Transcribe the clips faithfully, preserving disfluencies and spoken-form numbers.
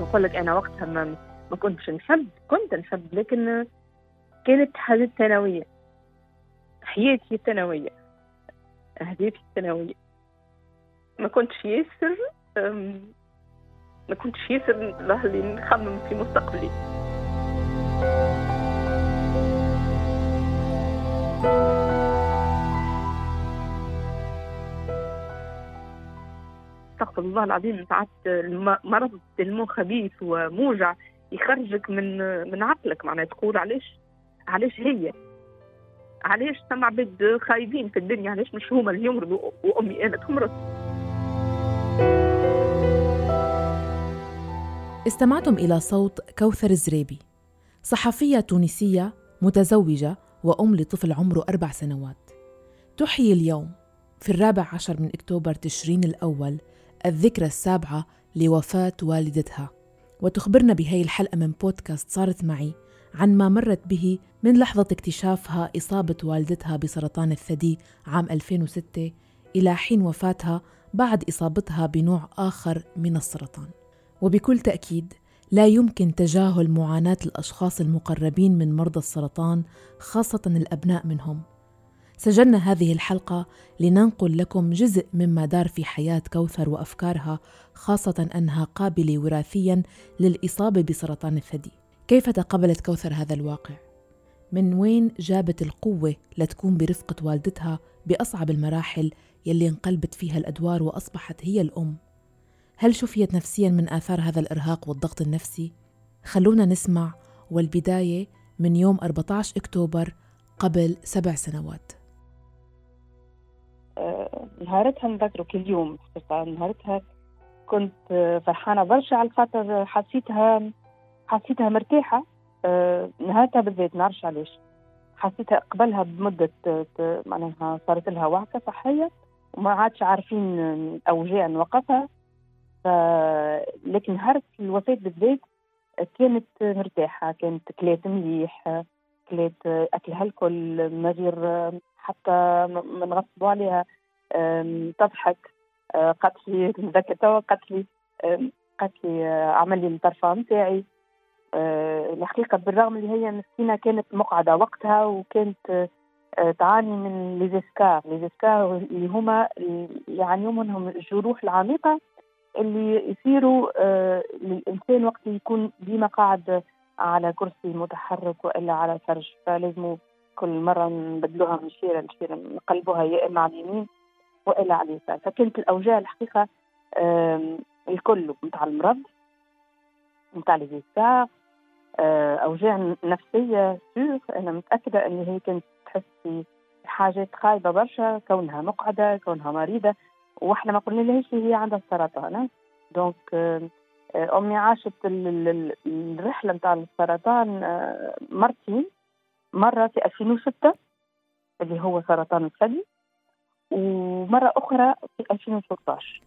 نقول لك أنا وقتها ما ما كنتش نحب، كنت نحب لكن كانت حاجات ثانوية، حياتي الثانوية، أهدافي الثانوية، ما كنتش ياسر ما كنتش ياسر اللي نخمم في مستقبلي. استغفر الله العظيم، ساعات مرض المو خبيث وموجع يخرجك من من عقلك. معناها تقول علاش علاش هي علاش سمع عباد خايبين في الدنيا، علاش مش هما اللي يمرضوا وامي انا تمرض. استمعتم إلى صوت كوثر الزريبي، صحفية تونسية متزوجة وأم لطفل عمره أربع سنوات. تحيي اليوم في الرابع عشر من أكتوبر تشرين الأول الذكرى السابعة لوفاة والدتها، وتخبرنا بهاي الحلقة من بودكاست صارت معي عن ما مرت به من لحظة اكتشافها إصابة والدتها بسرطان الثدي عام ألفين وستة إلى حين وفاتها بعد إصابتها بنوع آخر من السرطان. وبكل تأكيد لا يمكن تجاهل معاناة الأشخاص المقربين من مرضى السرطان، خاصة الأبناء منهم. سجلنا هذه الحلقة لننقل لكم جزء مما دار في حياة كوثر وأفكارها، خاصة أنها قابلة وراثياً للإصابة بسرطان الثدي. كيف تقبلت كوثر هذا الواقع؟ من وين جابت القوة لتكون برفقة والدتها بأصعب المراحل يلي انقلبت فيها الأدوار وأصبحت هي الأم؟ هل شفيت نفسياً من آثار هذا الإرهاق والضغط النفسي؟ خلونا نسمع، والبداية من يوم أربعة عشر أكتوبر قبل سبع سنوات. أه، نهارتها نذكره كل يوم. نهارتها كنت فرحانة برشا على خاطر حسيتها حسيتها مرتاحة. أه، نهارتها بالذات نعرفش علاش حسيتها قبلها بمدة معناها صارت لها وعكة صحية وما عادش عارفين أوجاع نوقفها. ف... لكن نهار الوفاة بالذات كانت مرتاحة، كانت كلات مليح، كلات أكلها الكل من غير حتى من غصبوا عليها. تضحك، قالت لي نذكر توا قالت لي قالت لي عمل لي الطرفة متاعي. الحقيقة بالرغم اللي هي مسكينة كانت مقعدة وقتها وكانت تعاني من ليزيسكار ليزيسكار اللي هما يعني منهم الجروح العميقة اللي يصيروا آه للإنسان وقت يكون ديما قاعد على كرسي متحرك وإلا على الفرج، فلازم كل مرة نبدلوها من شيرة لشيرة، نقلبوها يا إما على اليمين وإلا على اليسار. فكانت الأوجاع الحقيقة آه الكل متاع المرض متاع ليزيسكار، آه أوجاع نفسية سير. أنا متأكدة أن هي كانت تحس في حاجات خايبة برشا، كونها مقعدة، كونها مريضة، واحنا ما قلنا لهاش هي عندها السرطان. دونك امي عاشت الرحله نتاع السرطان مرتين، مره في ألفين وستة اللي هو سرطان الثدي، ومره اخرى في ألفين وثلاثة عشر.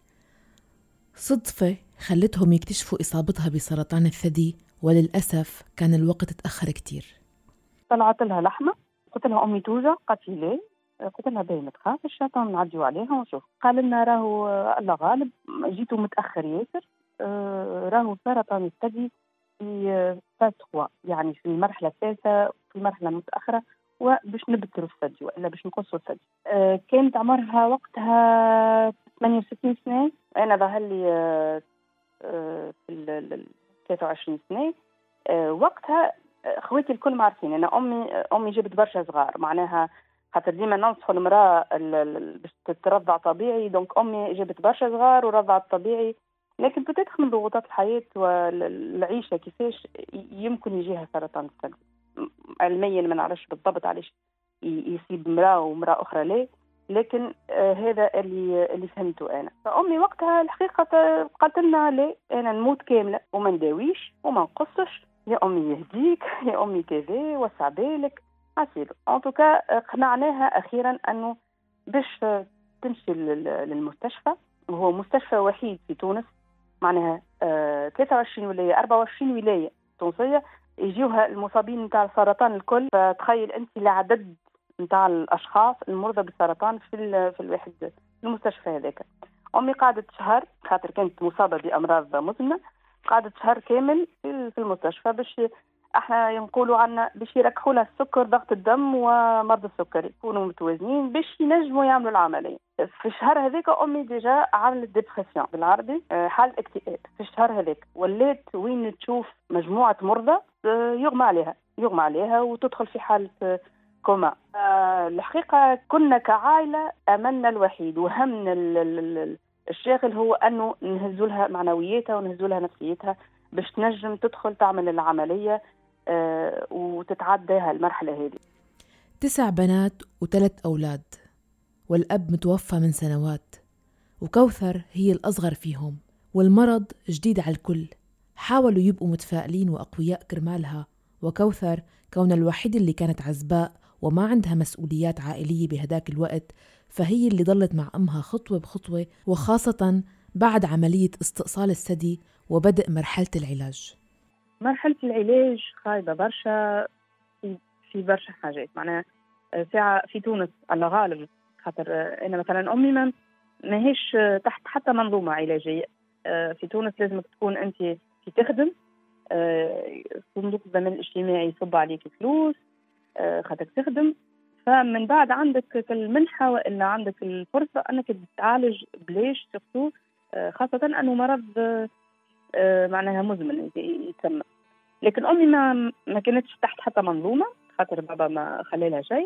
صدفه خلتهم يكتشفوا اصابتها بسرطان الثدي، وللاسف كان الوقت اتاخر كتير. طلعت لها لحمه، قلت لها امي توجع، قالت لي ليه؟ قلت لها باهي ما تخافش الشيطان نعديو عليها ونشوف. قال لنا راهو الله غالب جيتوا متاخر ياسر، آه راهو سرطان الثدي في فاز ثلاثة، يعني في المرحله الثالثه، في المرحله المتاخره، وباش نبتروا الثدي والا باش نقصوا الثدي. آه كانت عمرها وقتها ثمانية وستين سنه، انا ظهر لي آه آه في ثلاثة وعشرين سنه. آه وقتها اخواتي الكل ما عارفين. انا امي امي جبت برشا صغار، معناها خاطر ديما ننصحوا المراه باش ترضع طبيعي، دونك امي جابت برشا صغار ورضعت طبيعي، لكن بتدخل من ضغوطات الحياه والعيشه كيفاش يمكن يجيها سرطان الثدي. علميا ما نعرفش بالضبط علاش يصيب مراه ومراه اخرى لا، لكن آه هذا اللي اللي فهمته انا. فامي وقتها الحقيقه قالت لنا لا، انا نموت كامله وما نداويش وما نقصش، يا امي يهديك، يا امي كذا وسع بالك عسير. ان توكا اقنعناها اخيرا انه باش تمشي للمستشفى، وهو مستشفى وحيد في تونس، معناها آه ثلاثة وعشرين ولايه أربعة وعشرين ولايه تونسيه يجيوها المصابين نتاع السرطان الكل. فتخيل انت العدد نتاع الاشخاص المرضى بالسرطان في في الواحد المستشفى هذاك. امي قعدت شهر خاطر كانت مصابه بامراض مزمنه، قعدت شهر كامل في في المستشفى باش احنا نقولوا عنا باش يركحوا لها السكر ضغط الدم ومرض السكري يكونوا متوازنين باش ينجموا يعملوا العمليه. في الشهر هذاك امي ديجا عملت ديبرسيون بالعربي، حاله اكتئاب. في الشهر هذاك ولات وين تشوف مجموعه مرضى يغمى عليها يغمى عليها وتدخل في حاله كوما. الحقيقه كنا كعائله املنا الوحيد وهمنا الشاغل هو انه نهزوا لها معنوياتها ونهزوا لها نفسيتها باش تنجم تدخل تعمل العمليه أه وتتعدى هالمرحله هذه. تسع بنات وثلاث اولاد والاب متوفى من سنوات، وكوثر هي الاصغر فيهم، والمرض جديد على الكل. حاولوا يبقوا متفائلين واقوياء كرمالها، وكوثر كون الوحيدة اللي كانت عزباء وما عندها مسؤوليات عائلية بهداك الوقت، فهي اللي ضلت مع أمها خطوة بخطوة، وخاصة بعد عملية استئصال الثدي وبدء مرحلة العلاج. مرحلة العلاج خايبة برشا في, في برشا حاجات. معناها ساعة في تونس على غالب، خاطر أنا مثلا أمي ما ماهيش تحت حتى منظومة علاجية. في تونس لازم تكون أنت في تخدم، صندوق الضمان الاجتماعي يصب عليك فلوس خاطر تخدم، فمن بعد عندك المنحة وإلا عندك الفرصة أنك تتعالج بلاش سورتو، خاصة أنه مرض معناها مزمن يتسمى. لكن أمي ما ما كانتش تحت حتى منظومة خاطر بابا ما خلالها شيء،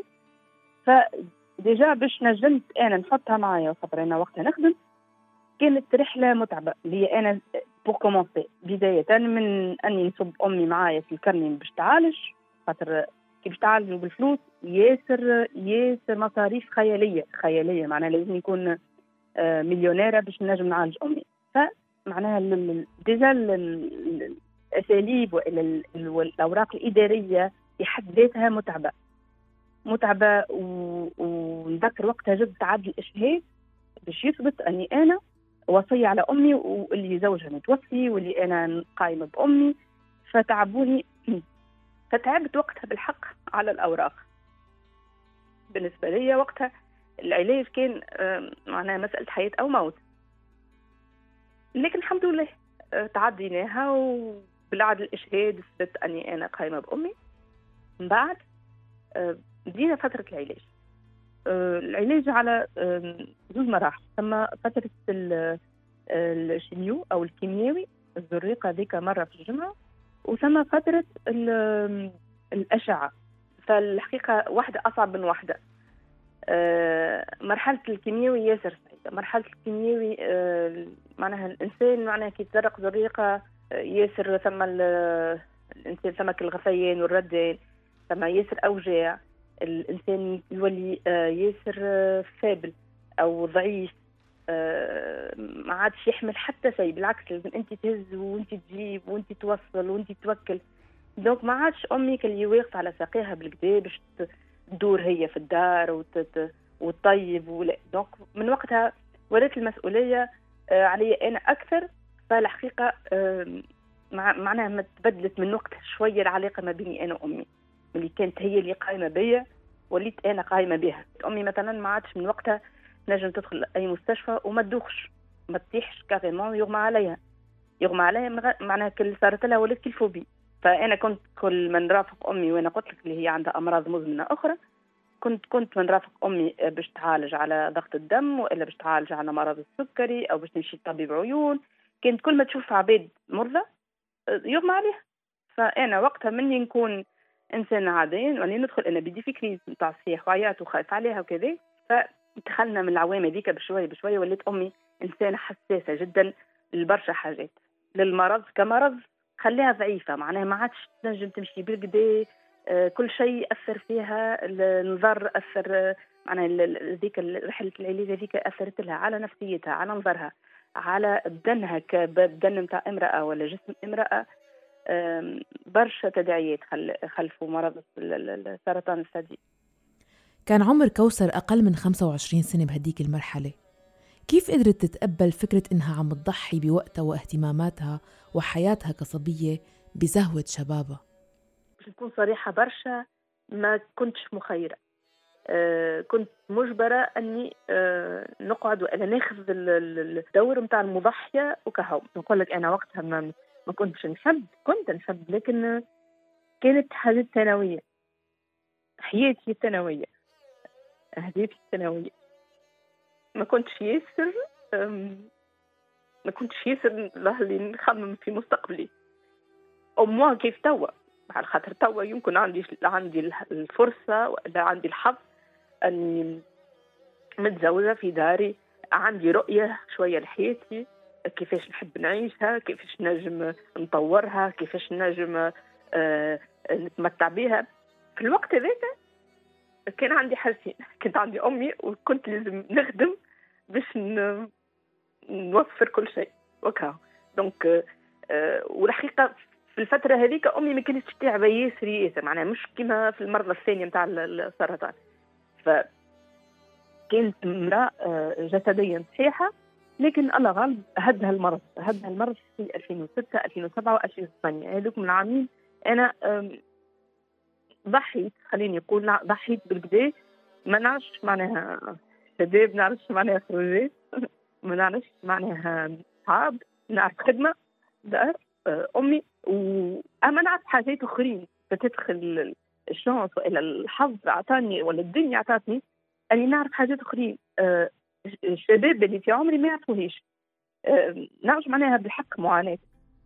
فديجا باش نجمت أنا نحطها معايا خاطر أنا وقتها نخدم. كانت رحلة متعبة لي أنا بور كومونسي، بداية من أني نصب أمي معايا في الكرني باش تعالج، خاطر كي باش تعالجوا بالفلوس ياسر ياسر مصاريف خيالية خيالية. معناها لازم يكون مليونيرة باش نجم نعالج أمي. فمعناها ديجا الأساليب والأوراق الإدارية في حد ذاتها متعبة متعبة ونذكر وقتها جد تعدي الإشهاد باش يثبت أني أنا وصية على أمي واللي زوجها متوفي واللي أنا قايمة بأمي، فتعبوني. فتعبت وقتها بالحق على الأوراق. بالنسبة لي وقتها العلاج كان معناها مسألة حياة أو موت، لكن الحمد لله تعديناها وبالعد الإشهاد ثبت أني أنا قايمة بأمي. من بعد بدينا فترة العلاج. العلاج على زوج مراحل، ثم فترة الشيميو أو الكيميائي الزريقة ذيك مرة في الجمعة، وثم فترة الأشعة. فالحقيقة واحدة أصعب من واحدة. مرحلة الكيميائي ياسر سعيدة. مرحلة الكيميائي معناها الإنسان معناها كي تزرق زريقة ياسر، ثم الإنسان ثمك الغثيان والردان، ثم ياسر أوجاع. الإنسان يولي ياسر فابل أو ضعيف، ما عادش يحمل حتى شيء، بالعكس لازم أنت تهز وأنت تجيب وأنت توصل وأنت توكل. دوك ما عادش أمي اللي واقفة على ساقيها بالكدا باش تدور هي في الدار وتت وتطيب ولا. دوك من وقتها ولات المسؤولية علي أنا أكثر. فالحقيقة معناها ما تبدلت من وقتها شوية العلاقة ما بيني أنا وأمي، اللي كانت هي اللي قايمة بيا وليت أنا قايمة بها. أمي مثلا ما عادش من وقتها نجم تدخل أي مستشفى وما تدوخش ما تطيحش كاريمون، يغمى عليها يغمى عليها معناها كل صارت لها ولات كالفوبي. فأنا كنت كل من رافق أمي، وأنا قلت لك اللي هي عندها أمراض مزمنة أخرى، كنت كنت من رافق أمي باش تعالج على ضغط الدم وإلا باش تعالج على مرض السكري أو باش تمشي طبيب عيون. كانت كل ما تشوف عباد مرضى يغمى عليها. فأنا وقتها مني نكون إنسان عادي وأني ندخل أنا بدي في كريز نتاع الصياح وعيات وخايف عليها وكذا. فدخلنا من العوامة ذيك بشوية بشوية وليت أمي إنسانة حساسة جدا للبرشا حاجات. للمرض كمرض خليها ضعيفة، معناها ما عادش تنجم تمشي بالكدا. آه كل شيء أثر فيها، النظر أثر، معناها ذيك رحلة العلاج ذيك أثرت لها على نفسيتها، على نظرها، على بدنها كبدن متاع امرأة ولا جسم امرأة. برشا تداعيات خلفوا مرض سرطان الثدي. كان عمر كوثر أقل من خمسة وعشرين سنة بهديك المرحلة. كيف قدرت تتقبل فكرة إنها عم تضحي بوقتها واهتماماتها وحياتها كصبية بزهوة شبابها؟ باش نكون صريحة برشا ما كنتش مخيرة. أه كنت مجبرة أني أه نقعد وأنا ناخذ الدور متاع المضحية وكهو. نقول لك أنا وقتها ما ما كنتش نحب، كنت نحب لكن كانت حاجات ثانوية، حياتي الثانوية، أهدافي الثانوية. ما كنتش ياسر ما كنتش ياسر اللي نخمم في مستقبلي أو موا كيف توا، على خاطر توا يمكن عندي عندي الفرصة ولا عندي الحظ أني متزوجة في داري، عندي رؤية شوية لحياتي، كيفاش نحب نعيشها، كيفاش نجم نطورها، كيفاش نجم آه نتمتع بها. في الوقت هذاك كان عندي حاجتين، كنت عندي أمي وكنت لازم نخدم باش نوفر كل شيء وكاو. دونك آه والحقيقة في الفترة هذيك أمي ما كانتش تعبة ياسر ياسر، معناها مش كما في المرضى الثانية متاع السرطان. فكانت امرأة جسديا صحيحة، لكن الله غالب هدها المرض، هدها المرض في ألفين وستة ألفين وسبعة وألفين وثمانية. هذوك من العامين أنا ضحيت، خليني أقول ضحيت بالكدا. ما نعرفش معناها شباب، ما نعرفش معناها خروجات، ما نعرفش معناها صحاب، نعرف خدمة دار أمي، وأما نعرف حاجات أخرين بتدخل الشانس وإلى الحظ عطاني ولا الدنيا عطاتني أني نعرف حاجات أخرين أه الشباب اللي في عمري ما يعرفوهيش. أه نعرف معناها بالحق معاناة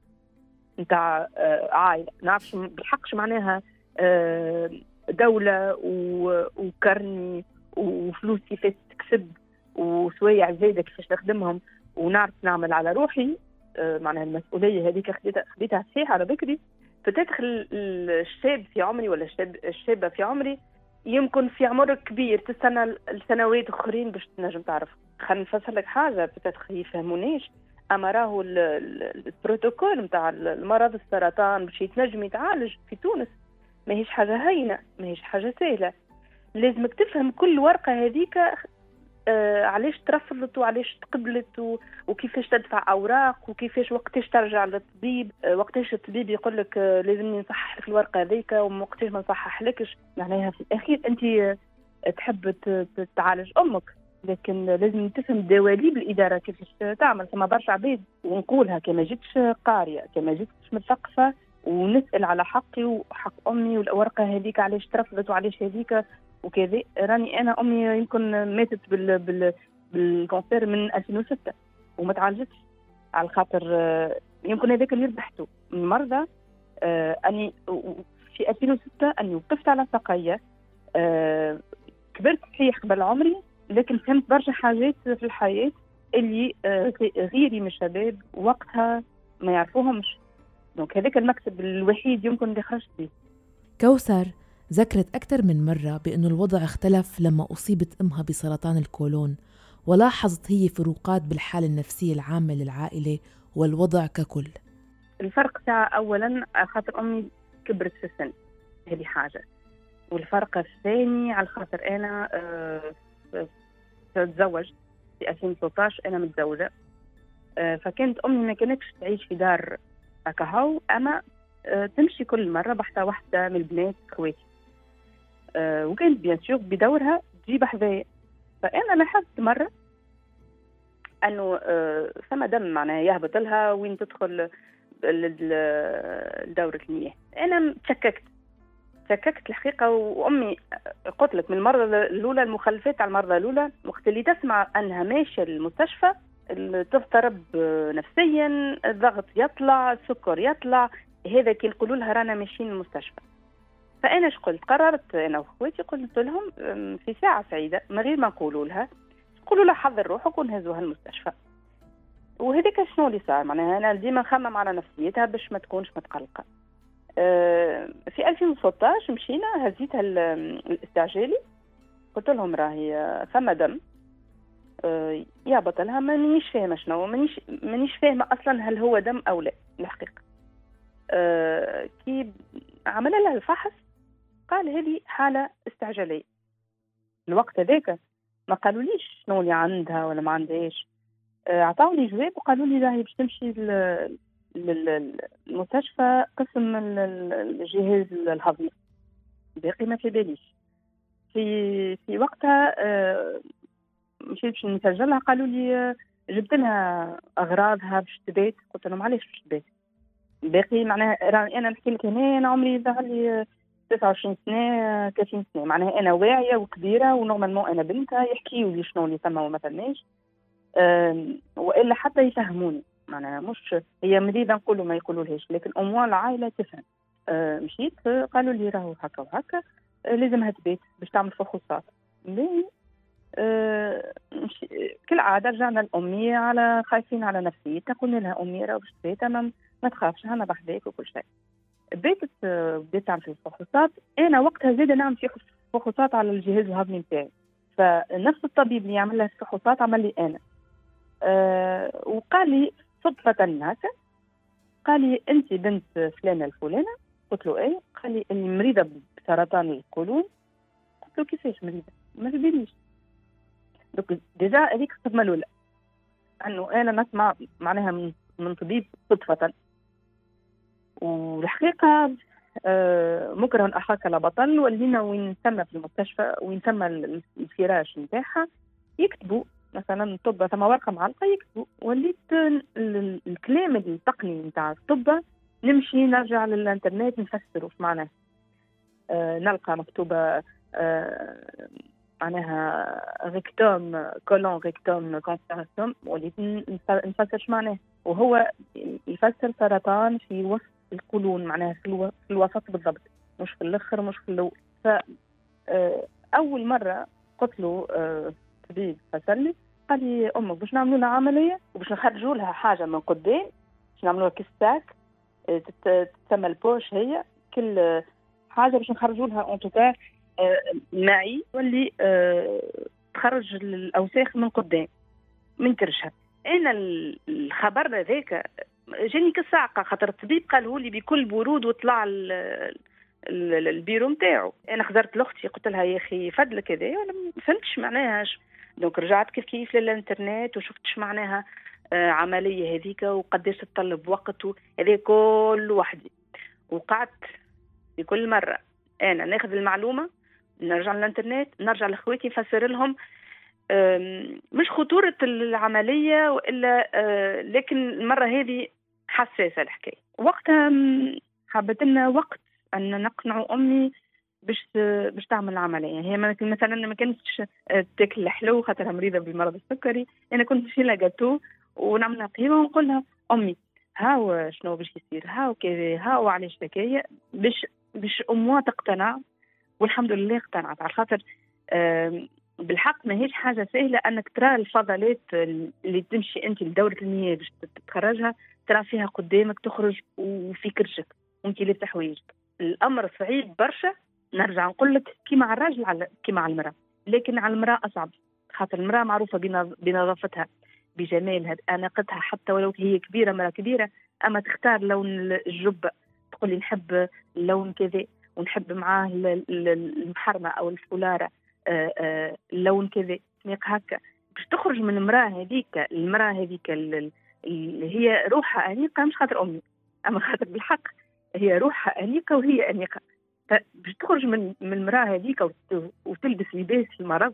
نتاع أه عائلة، نعرف بالحقش معناها أه دولة وكرني وفلوس كيفاش تكسب وسوايع زايدة كيفاش نخدمهم، ونعرف نعمل على روحي. أه معناها المسؤولية هذيك خديتها خديتها صحيح على بكري. فتدخل الشاب في عمري ولا الشاب الشابة في عمري يمكن في عمر كبير تستنى السنوات اخرين باش تنجم تعرف. خلينا نفسر لك حاجه بتاتخ يفهمونيش، اما راهو البروتوكول نتاع المرض السرطان باش يتنجم يتعالج في تونس ماهيش حاجه هينه، ماهيش حاجه سهله. لازمك تفهم كل ورقه هذيك آه علاش ترفضت وعلاش تقبلت وكيفاش تدفع اوراق وكيفاش وقتاش ترجع للطبيب، آه وقتاش الطبيب يقول لك آه لازمني نصحح لك الورقه هذيك ووقتاش ما نصحح لكش. معناها في الاخير انت آه تحب تعالج امك، لكن لازم تفهم دواليب الاداره كيفاش تعمل. ثم برشا عباد ونقولها كما جيتش قاريه كما جيتش مثقفه ونسال على حقي وحق امي والورقه هذيك علاش ترفضت وعلاش هذيك وكذا. راني انا امي يمكن ماتت بال بال بالكونسير من ألفين وستة وما تعالجتش، على خاطر يمكن هذاك اللي ربحته من المرضى. اني في ألفين وستة اني وقفت على ساقية، كبرت صحيح قبل عمري، لكن فهمت برشا حاجات في الحياه اللي غيري من الشباب وقتها ما يعرفوهمش. دونك هذاك المكسب الوحيد يمكن اللي خرجت به. كوثر ذكرت أكثر من مرة بأنه الوضع اختلف لما أصيبت أمها بسرطان الكولون، ولاحظت هي فروقات بالحالة النفسية العامة للعائلة والوضع ككل. الفرق تاع أولاً خاطر أمي كبرت في السن، هذه حاجة. والفرق الثاني على خاطر أنا أه تزوجت في ألفين وثلاثة عشر، أنا متزوجة. أه فكانت أمي ما كانتش تعيش في دار أكهو، أما أه تمشي كل مرة بحتى واحدة من البنات خواتي، أه وكانت بيان سور بدورها تجيب حذايا. فأنا لاحظت مرة أنه أه ثم دم معناها يهبط لها وين تدخل لدورة المياه. أنا تشككت تشككت الحقيقة. وأمي قلت لك من المرة الأولى المخلفات على المرة الأولى وقت اللي تسمع أنها ماشية للمستشفى تضطرب نفسيا، الضغط يطلع، السكر يطلع، هذا كي يقولوا لها رانا ماشيين المستشفى. فأنا اش قلت؟ قررت أنا وأخواتي قلت لهم في ساعة سعيدة من غير ما نقولوا لها، قولوا لها حضر روحك ونهزوها المستشفى. وهذاك شنو اللي صار؟ معناها أنا ديما نخمم على نفسيتها باش ما تكونش متقلقة. في ألفين وستة عشر مشينا هزيتها الاستعجالي، قلت لهم راهي ثم دم يهبط لها، مانيش فاهمة شنو، مانيش مانيش فاهمة أصلا هل هو دم أو لا الحقيقة. كي عمل لها الفحص قال هذه حالة استعجالية. الوقت هذاك ما قالوا ليش شنو اللي عندها ولا ما عندهاش، عطاوني جواب وقالوا لي راهي باش تمشي للمستشفى قسم الجهاز الهضمي، باقي ما في باليش. في في وقتها مشيت باش نسجلها، قالوا لي جبت لها اغراضها باش تبات. قلت لهم علاش باش تبات؟ باقي معناها انا نحكي لك هنا انا عمري ظهر لي تسعة وعشرين سنه ثلاثين سنه، معناها انا واعيه وكبيره ونورمالمون انا بنتها يحكيوا لي شنو اللي ثم وما ثماش، والا حتى يفهموني، معناها مش هي مريضه نقولوا ما يقولولهاش، لكن اموال العائله تفهم. أه مشيت قالوا لي راهو هكا وهكا، أه لازمها تبيت باش تعمل فحوصات. أه مش... كالعاده رجعنا الاميه على خايفين على نفسيتها، قلنا لها امي راهو باش تبيت ما, ما تخافش انا بحذاك وكل شيء. بيت بديت تعمل في الفحوصات، انا وقتها زاد نعمل في فحوصات على الجهاز الهضمي نتاعي، فنفس الطبيب اللي يعمل لها الفحوصات عمل لي انا. أه وقال لي صدفه هكا، قال لي انت بنت فلانه الفلانه، قلت له ايه، قال لي اني مريضه بسرطان القولون. قلت له كيفاش مريضه؟ ما في باليش. دوك ديجا هذيك الصدمه الاولى، انه انا نسمع معناها من, من طبيب صدفه. والحقيقه آه مكره اخاك لا بطل، ولينا وين ثم في المستشفى وين ثم الفراش نتاعها يكتبوا مثلا طب، ثم ورقه معلقه يكتبوا، وليت الكلام التقني نتاع الطب نمشي نرجع للانترنت نفسره في معناه. آه نلقى مكتوبه آه معناها ريكتوم كولون ريكتوم كونسيراسيوم، وليت نفسر شو معناه، وهو يفسر سرطان في وسط القولون، معناها في, الو... في الوسط بالضبط، مش في الاخر مش في الاول. ف اول مره قلت له طبيب فسر لي، قال لي امك باش نعملوا لها عمليه وباش نخرجوا لها حاجه من قدام، باش نعملوا لها كيستاك تسمى البوش، هي كل حاجه باش نخرجوا لها اون توكا معي واللي تخرج الاوساخ من قدام من كرشها. انا الخبر هذاك جاني كالصاعقه، خاطر الطبيب قاله لي بكل برود وطلع البيرو نتاعو. انا خزرت لاختي قلت لها يا اخي فضلك هذا، انا ما فهمتش معناها. دونك رجعت كيف كيف للانترنت وشفتش معناها عمليه هذيك وقداش تطلب وقت هذا كل وحدي، وقعدت بكل مره انا ناخذ المعلومه نرجع للانترنت، نرجع لاخواتي نفسر لهم مش خطورة العملية وإلا، لكن المرة هذه حساسة الحكاية. وقتها حبت لنا وقت أن نقنع أمي باش باش تعمل العملية. هي مثلا ما كانتش تاكل الحلو خاطرها مريضة بالمرض السكري، أنا كنت نشيل لها جاتو ونعمل لها قهوة ونقول لها أمي هاو شنو باش يصير، هاو كذا، هاو علاش هكايا، باش باش أمها تقتنع. والحمد لله اقتنعت، على خاطر بالحق ما هيش حاجة سهلة أنك ترى الفضلات اللي تمشي أنت لدورة المياه باش تتخرجها، ترى فيها قدامك تخرج وفي كرشك وانت لابسة حوايجك. الأمر صعيب برشا، نرجع نقول لك كيما على الراجل على كيما على المرأة، لكن على المرأة أصعب، خاطر المرأة معروفة بنظافتها بجمالها بأناقتها، حتى ولو هي كبيرة مرأة كبيرة، أما تختار لون الجبة تقولي نحب لون كذا ونحب معاه المحرمة أو الفولارة آه آه اللون كذا سميق هكا، باش تخرج من المراه هذيك. المراه هذيك اللي هي روحها انيقه، مش خاطر امي اما خاطر بالحق هي روحها انيقه وهي انيقه، باش تخرج من من المراه هذيك وتلبس لباس المرض.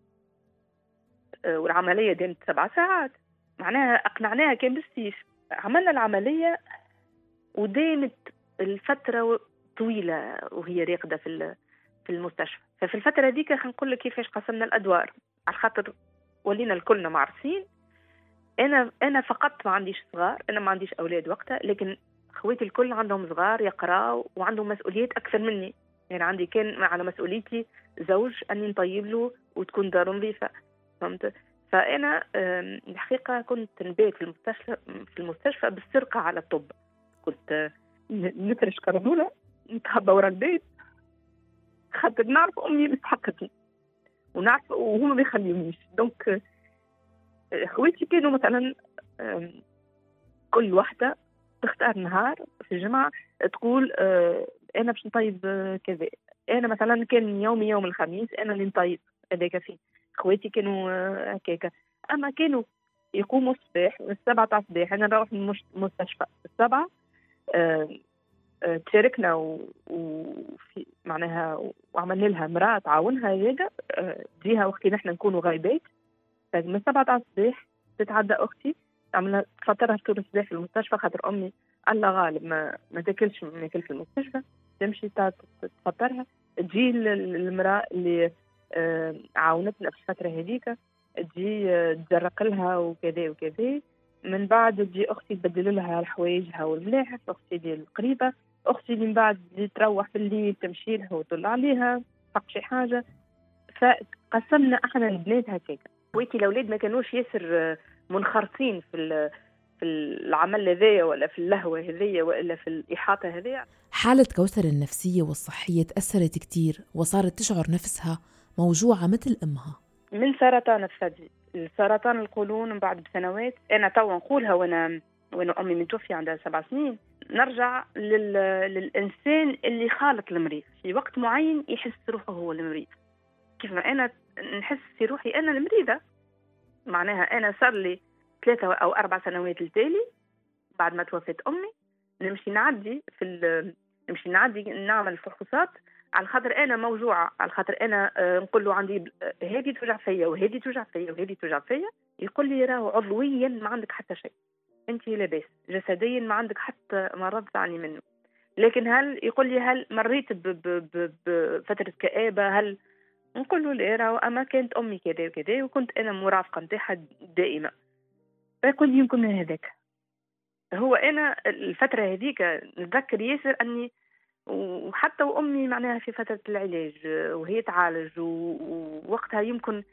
آه والعمليه دامت سبع ساعات، معناها اقنعناها كان بالسيف. عملنا العمليه ودامت الفتره طويله وهي راقده في في المستشفى. ففي الفترة ديك خنقول لك كيفاش قسمنا الأدوار، على خاطر ولينا الكلنا معرسين. أنا أنا فقط ما عنديش صغار، أنا ما عنديش أولاد وقتها، لكن خواتي الكل عندهم صغار يقراوا وعندهم مسؤوليات أكثر مني. يعني عندي كان على مسؤوليتي زوج أني نطيب له وتكون دار نظيفة، فهمت؟ فأنا الحقيقة كنت نبات في المستشفى في المستشفى بالسرقة على الطب. كنت نفرش كرنولة نتخبى ورا البيت، خاطر نعرف امي مستحقتني ونعرف وهم ما يخليونيش. دونك اخواتي كانوا مثلا كل واحده تختار نهار في الجمعه تقول انا باش نطيب كذا. انا مثلا كان يومي يوم الخميس انا اللي نطيب هذاك فيه. اخواتي كانوا هكاكا، اما كانوا يقوموا الصباح من السبعة تاع الصباح، انا نروح من المستشفى السبعة، تشاركنا وفي معناها وعملنا لها مرأة تعاونها هذا تجيها وقتي نحن نكونوا غايبات. من سبعة تاع الصباح تتعدى أختي تعملها تفطرها فطور الصباح في المستشفى، خاطر أمي الله غالب ما ما تاكلش ما ياكل في المستشفى، تمشي تفطرها، تجي المرأة اللي آه عاونتنا في الفترة هذيك تجي آه تزرق لها وكذا وكذا. من بعد تجي أختي تبدل لها الحوايجها والملاحف، أختي دي القريبة، أختي اللي من بعد اللي تروح بالليل تمشي لها وتطلع عليها فق شي حاجة. فقسمنا احنا البنات هكاك. ويتي الأولاد ما كانوش ياسر منخرطين في في العمل هذايا ولا في اللهوة هذايا ولا في الإحاطة هذايا. حالة كوثر النفسية والصحية تأثرت كتير وصارت تشعر نفسها موجوعة مثل أمها. من سرطان الثدي، سرطان القولون من بعد بسنوات. أنا توا نقولها وأنا وأنا أمي متوفية عندها سبع سنين. نرجع لل... للإنسان اللي خالط المريض في وقت معين يحس روحه هو المريض. كيف ما أنا نحس في روحي أنا المريضة، معناها أنا صار لي ثلاثة أو أربع سنوات التالي بعد ما توفت أمي نمشي نعدي في ال... نمشي نعدي نعمل فحوصات على خاطر أنا موجوعة، على خاطر أنا آه نقول له عندي هذه توجع فيا وهذه توجع فيا وهذه توجع فيا. يقول لي راهو عضويا ما عندك حتى شيء، أنت لاباس، جسديا ما عندك حتى مرض تعني منه. لكن هل يقول لي هل مريت ب... ب... ب... بفترة كآبة؟ هل نقول له لا، راهو أما كانت أمي كذا وكذا وكنت أنا مرافقة نتاعها دائمة. فيقول لي يمكن من هذاك. هو أنا الفترة هذيك نتذكر ياسر أني وحتى وأمي معناها في فترة العلاج وهي تعالج، ووقتها يمكن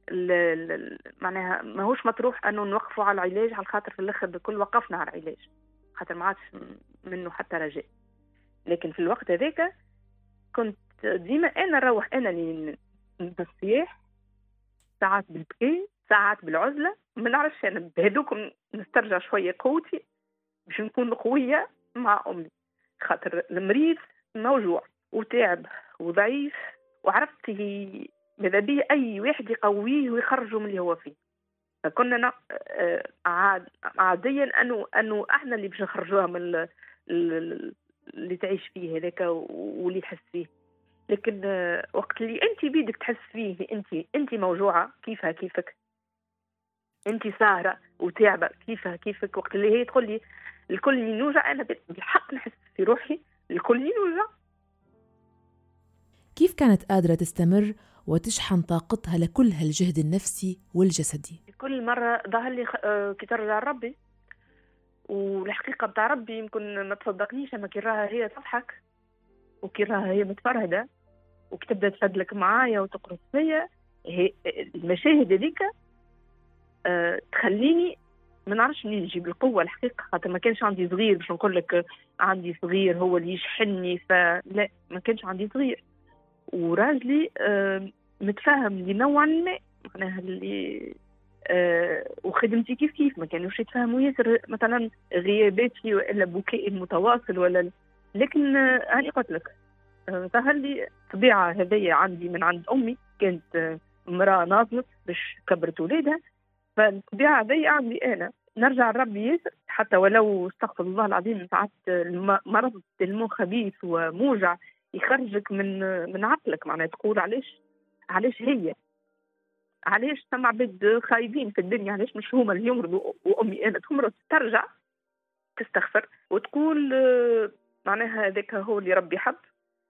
معناها ما هوش مطروح أنه نوقفوا على العلاج على خاطر في الآخر بكل وقفنا على العلاج خاطر ما عادش منه حتى رجاء. لكن في الوقت هذاك كنت ديما أنا نروح أنا اللي بالصياح، ساعات بالبكي، ساعات بالعزلة، ما نعرفش أنا بهدوكم نسترجع شوية قوتي باش نكون قوية مع أمي، خاطر المريض موجوع وتعب وضعيف، وعرفت هي ماذا بيه أي واحد يقويه ويخرجه من اللي هو فيه. فكنا عاد عاديا أنه أنه إحنا اللي باش نخرجوها من اللي تعيش فيه هذاك واللي تحس فيه. لكن وقت اللي أنت بيدك تحس فيه أنت أنت موجوعة كيفها كيفك، أنت ساهرة وتعبة كيفها كيفك. وقت اللي هي تقول لي الكل ينوجع، أنا بالحق نحس في روحي الكل ينوجع. كيف كانت قادرة تستمر وتشحن طاقتها لكل هالجهد النفسي والجسدي؟ كل مرة ظهر لي كي ترجع ربي، والحقيقة بتاع ربي يمكن ما تصدقنيش، أما كي راها هي تضحك وكي راها هي متفرهدة وكي تبدأ تفدلك معايا وتقرص فيا، المشاهد هذيك أه تخليني ما نعرفش منين نجيب القوة الحقيقة، خاطر ما كانش عندي صغير باش نقول لك عندي صغير هو اللي يشحنني، فلا ما كانش عندي صغير. وراجلي أه متفاهم لي نوعا ما، معناها اللي أه وخدمتي كيف كيف ما كانوش يتفاهموا ياسر، مثلا غياباتي ولا بكائي المتواصل ولا. لكن هاني قلت لك ظهر لي طبيعة هذية عندي من عند أمي، كانت امرأة ناضلت باش كبرت ولادها، فالطبيعة هذية عندي أنا. نرجع لربي ياسر حتى ولو استغفر الله العظيم ساعات مرض المخ خبيث وموجع يخرجك من من عقلك، معناها تقول علاش علاش هي علاش سمع عباد خايبين في الدنيا، علاش مش هما اللي يمرضوا وأمي أنا تمرض. ترجع تستغفر وتقول معناها هذاك هو اللي ربي حب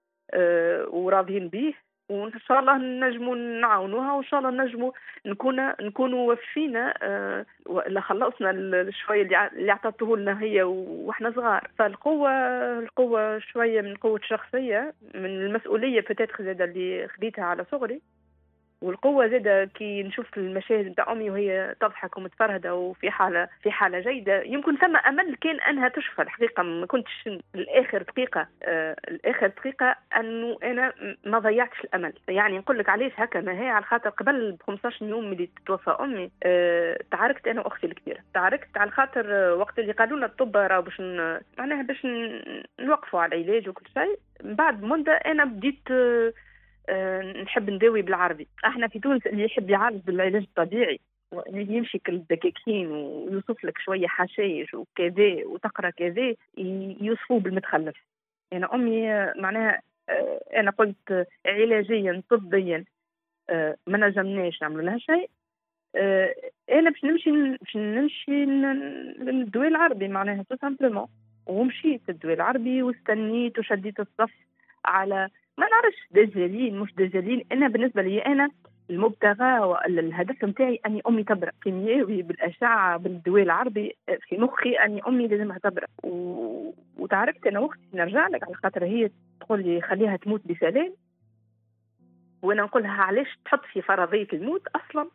أه وراضين به، وإن شاء الله نجموا نعاونوها، وإن شاء الله نجموا نكون نكونوا وفينا أه ولا خلصنا الشوية اللي عطته لنا هي وإحنا صغار. فالقوة القوة شوية من قوة شخصية، من المسؤولية فتاة زادة اللي خديتها على صغري، والقوة زادة كي نشوف المشاهد نتاع أمي وهي تضحك ومتفرهدة وفي حالة في حالة جيدة. يمكن ثم أمل كان أنها تشفى الحقيقة، ما كنتش الآخر دقيقة آه الآخر دقيقة أنه أنا ما ضيعتش الأمل. يعني نقول لك علاش هكا، ما هي على خاطر قبل ب خمسطاش يوم اللي تتوفى أمي آه تعاركت أنا وأختي الكبيرة، تعاركت على خاطر وقت اللي قالوا لنا الطب راه باش معناها باش نوقفوا على العلاج وكل شيء. بعد مدة أنا بديت آه أه نحب نداوي بالعربي. احنا في تونس اللي يحب يعالج بالعلاج الطبيعي واللي يمشي كالدكاكين ويوصف لك شويه حشائش وكذا وتقرا كذا يوصفوه بالمتخلف. يعني امي معناها أه انا قلت علاجيا طبيا أه ما نجمناش نعمل لها شيء. أه انا باش نمشي باش نمشي للدواء العربي، معناها تو سامبلومون ومشيت الدواء العربي واستنيت وشديت الصف على ما نعرفش دجالين مش دجالين. انا بالنسبه لي انا المبتغى والهدف نتاعي اني امي تبرأ كيميائي بالاشعه بالدواء العربي، في مخي اني امي لازمها تبرأ. و... وتعرفت انا واختي نرجع لك على خاطر هي تقول لي خليها تموت بسلام، وانا نقول لها علاش تحط في فرضيه الموت اصلا.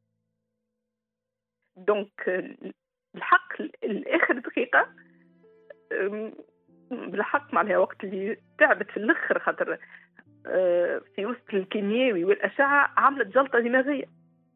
دونك الحق الاخر دقيقه بالحق معناها وقت اللي تعبت في الاخر خاطر في وسط الكيميائي والاشعه عملت جلطه دماغيه،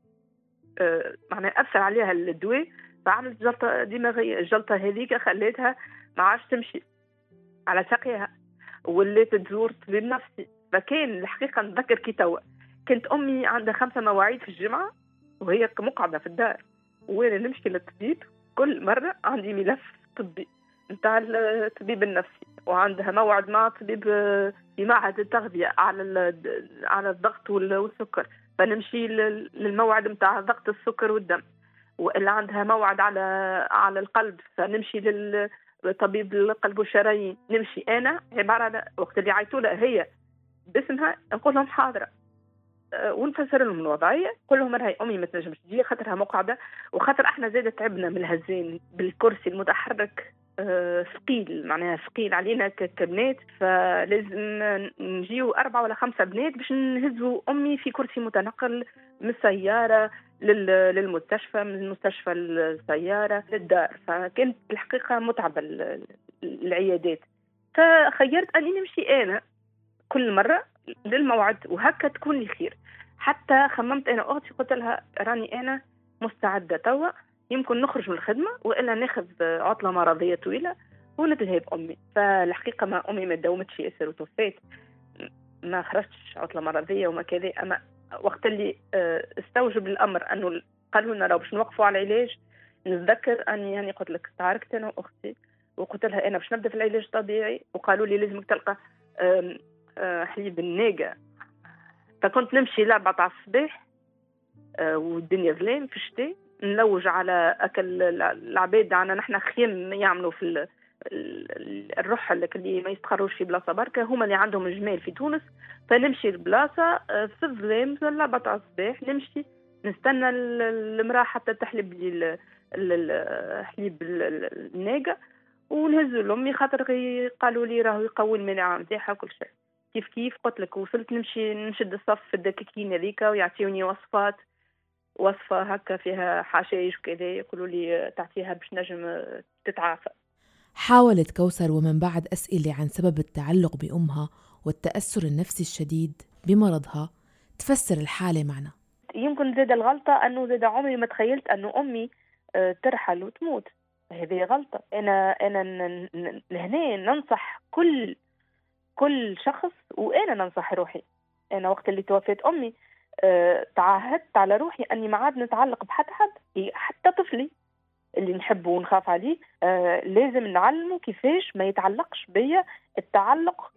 معناها اثر عليها الدواء فعملت جلطه دماغيه. الجلطه هذيك خليتها ما عادش تمشي على ساقيها ولات تزور طبيب نفسي. فكان الحقيقه نتذكر كي توا كنت امي عندها خمسه مواعيد في الجمعه وهي مقعده في الدار، وانا نمشي للطبيب كل مره عندي ملف طبي نتاع الطبيب النفسي، وعندها موعد مع طبيب في معهد التغذيه على على الضغط والسكر، فنمشي للموعد نتاع ضغط السكر والدم. والا عندها موعد على على القلب فنمشي للطبيب القلب والشرايين. نمشي انا عباره وقت اللي عيطوا لها هي باسمها نقول لهم حاضره ونفسر لهم الوضعيه، نقول لهم راهي امي ما تنجمش تجي خاطرها مقعده، وخاطر احنا زاده تعبنا من الهزين بالكرسي المتحرك ثقيل، معناها ثقيل علينا كبنات، فلازم نجيو أربعة ولا خمسة بنات باش نهزوا أمي في كرسي متنقل من السيارة للمستشفى، من المستشفى للسيارة للدار. فكانت الحقيقة متعبة العيادات، فخيرت أني نمشي أنا كل مرة للموعد وهكا تكون لي خير. حتى خممت أنا أختي قلت لها راني أنا مستعدة توا يمكن نخرج من الخدمة وإلا ناخذ عطلة مرضية طويلة ونتلهي بأمي. فالحقيقة ما أمي ما داومتش ياسر وتوفيت، ما خرجتش عطلة مرضية وما كذا. أما وقت اللي استوجب الأمر أنه قالوا لنا لو باش نوقفوا على العلاج، نتذكر أني يعني قلت لك تعاركت أنا وأختي وقلت لها أنا باش نبدأ في العلاج الطبيعي، وقالوا لي لازمك تلقى حليب الناقة. فكنت نمشي لأربعة على الصباح والدنيا ظلام في الشتاء، نلوج على أكل العباد عنا نحن خيم يعملوا في الرحل اللي ما يستقروش في بلاصة بركة، هما اللي عندهم جمال في تونس. فنمشي البلاصة في الظلام لأربعة على الصباح، نمشي نستنى المرأة حتى تحلب لي حليب الناقة ونهزوا لأمي خاطر قالوا لي راهو يقوي المناعة نتاعها وكل شيء. كيف كيف قلت لك وصلت نمشي نشد الصف في الدكاكين هذيك ويعطيوني وصفات، وصفة هكا فيها حشائش وكذا، يقولوا لي تعطيها باش نجم تتعافى. حاولت كوثر ومن بعد أسئلة عن سبب التعلق بأمها والتأثر النفسي الشديد بمرضها تفسر الحالة معنا. يمكن زاد الغلطة أنه زاد عمري ما تخيلت أنه أمي ترحل وتموت، هذه غلطة. أنا أنا هنا ننصح كل كل شخص، وأنا ننصح روحي. أنا وقت اللي توفيت أمي أه تعهدت على روحي أني ما عاد نتعلق بحد حد، حتى طفلي اللي نحبه ونخاف عليه أه لازم نعلمه كيفاش ما يتعلقش بيا التعلق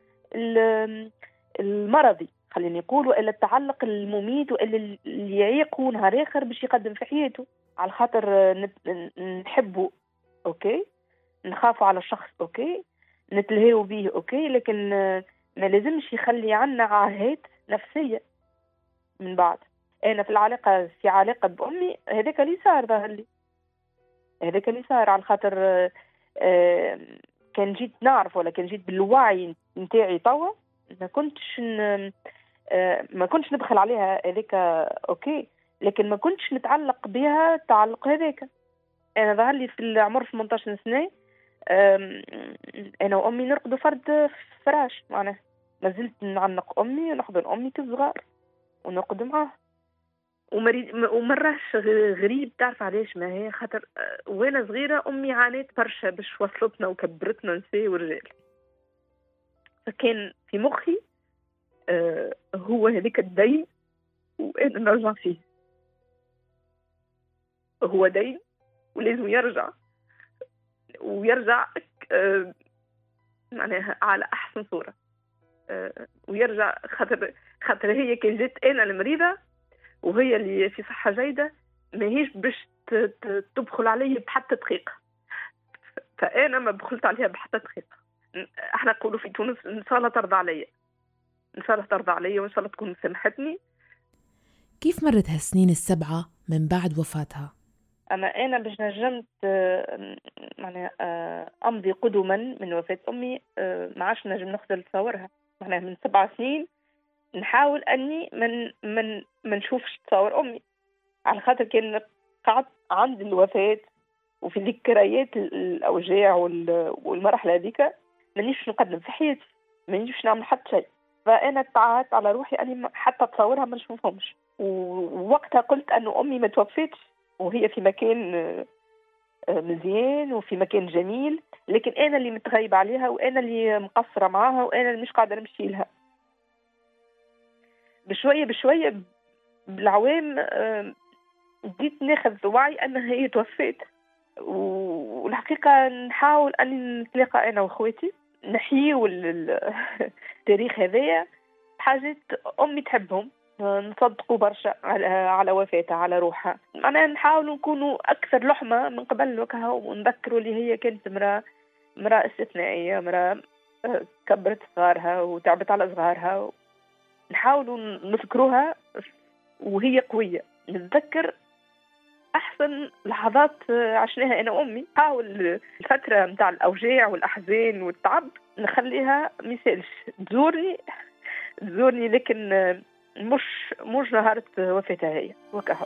المرضي خليني نقول، وإلا التعلق المميت، وإلا اللي يعيقه نهار آخر باش يقدم في حياته. على خاطر نحبه أوكي، نخافوا على الشخص أوكي، نتلهيوا به أوكي، لكن ما لازمش يخلي عنا عاهات نفسية من بعد. أنا في العلاقة في علاقة بأمي هذاك اللي صار ظهر لي، هذاك اللي صار على خاطر كان جيت نعرف ولا كان جيت بالوعي نتاعي توا ما كنتش ن... ما كنتش ندخل عليها هذاك أوكي، لكن ما كنتش نتعلق بها تعلق هذاك. أنا ظهر لي في العمر ثمانية عشر سنة أنا وأمي نرقدوا فرد فراش، معناه ما زلت نعنق أمي ونحضن أمي كصغار ونرقد معاه. ومرة غريب تعرف علاش؟ ما هي خاطر وانا صغيرة أمي عانيت برشا باش وصلتنا وكبرتنا نساء ورجال، فكان في مخي آه هو هذيك الدين وأنا نرجع فيه، هو دين ولازم يرجع ويرجع آه معناها على أحسن صورة آه ويرجع خاطر خاطر هي كان جات أنا المريضة وهي اللي في صحة جيدة، ما هيش باش تدخل علي بحتى دقيقة. فأنا ما بخلت عليها بحتى دقيقة. احنا نقولوا في تونس إن شاء الله ترضى عليا، إن شاء الله ترضى عليا، وإن شاء الله تكون سامحتني. كيف مرت هالسنين السبعة من بعد وفاتها؟ أما أنا باش نجمت معناها أمضي قدما من وفاة أمي، ما عادش نجم نخزل تصورها. معناها من سبع سنين نحاول أني من من ما نشوفش تصور أمي، على خاطر كان قعدت عند الوفاة وفي ذكريات الأوجاع والمرحلة هذيك مانيش نقدم في حياتي، مانيش نعمل حتى شيء. فأنا تعهدت على روحي أني حتى تصورها ما نشوفهمش. ووقتها قلت أنه أمي ما توفيتش وهي في مكان مزيان وفي مكان جميل، لكن أنا اللي متغيب عليها وأنا اللي مقصرة معها وأنا اللي مش قادرة نمشي لها. بشوية بشوية بالعوام بديت ناخذ وعي أنها هي توفيت، والحقيقة نحاول أن نتلاقى أنا وأخواتي نحيي التاريخ هذايا بحاجة أمي تحبهم، نصدقوا برشا على على وفاتها على روحها. أنا نحاول نكونوا أكثر لحمة من قبل وكها، ونذكروا اللي هي كانت مرأة مرأة استثنائية، مرأة كبرت صغارها وتعبت على صغارها. نحاولوا نذكروها وهي قوية، نتذكر أحسن لحظات عشناها أنا وأمي. حاول الفترة متاع الأوجاع والأحزان والتعب نخليها مثالش تزورني تزورني لكن مش مش نهارة وفاتها هي وكها.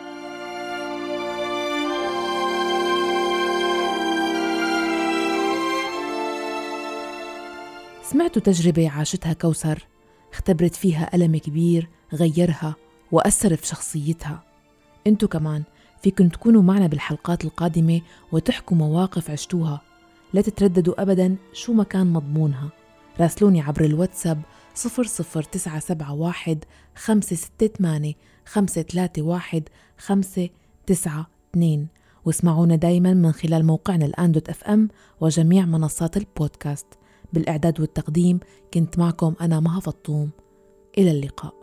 سمعتوا تجربة عاشتها كوثر، اختبرت فيها ألم كبير غيرها وأثر في شخصيتها. انتوا كمان فيكن تكونوا معنا بالحلقات القادمة وتحكوا مواقف عشتوها. لا تترددوا أبداً شو ما كان مضمونها. راسلوني عبر الواتساب صفر صفر تسعة سبعة واحد خمسة ستة ثمانية خمسة ثلاثة واحد خمسة تسعة اثنين، واسمعونا دايماً من خلال موقعنا الآن دوت اف ام وجميع منصات البودكاست. بالإعداد والتقديم كنت معكم أنا مها فطوم. إلى اللقاء.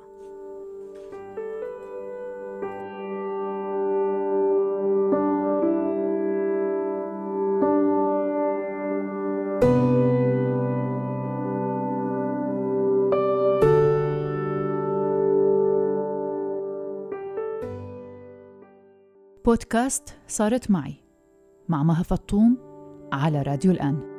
بودكاست صارت معي مع مها فطوم على راديو الآن.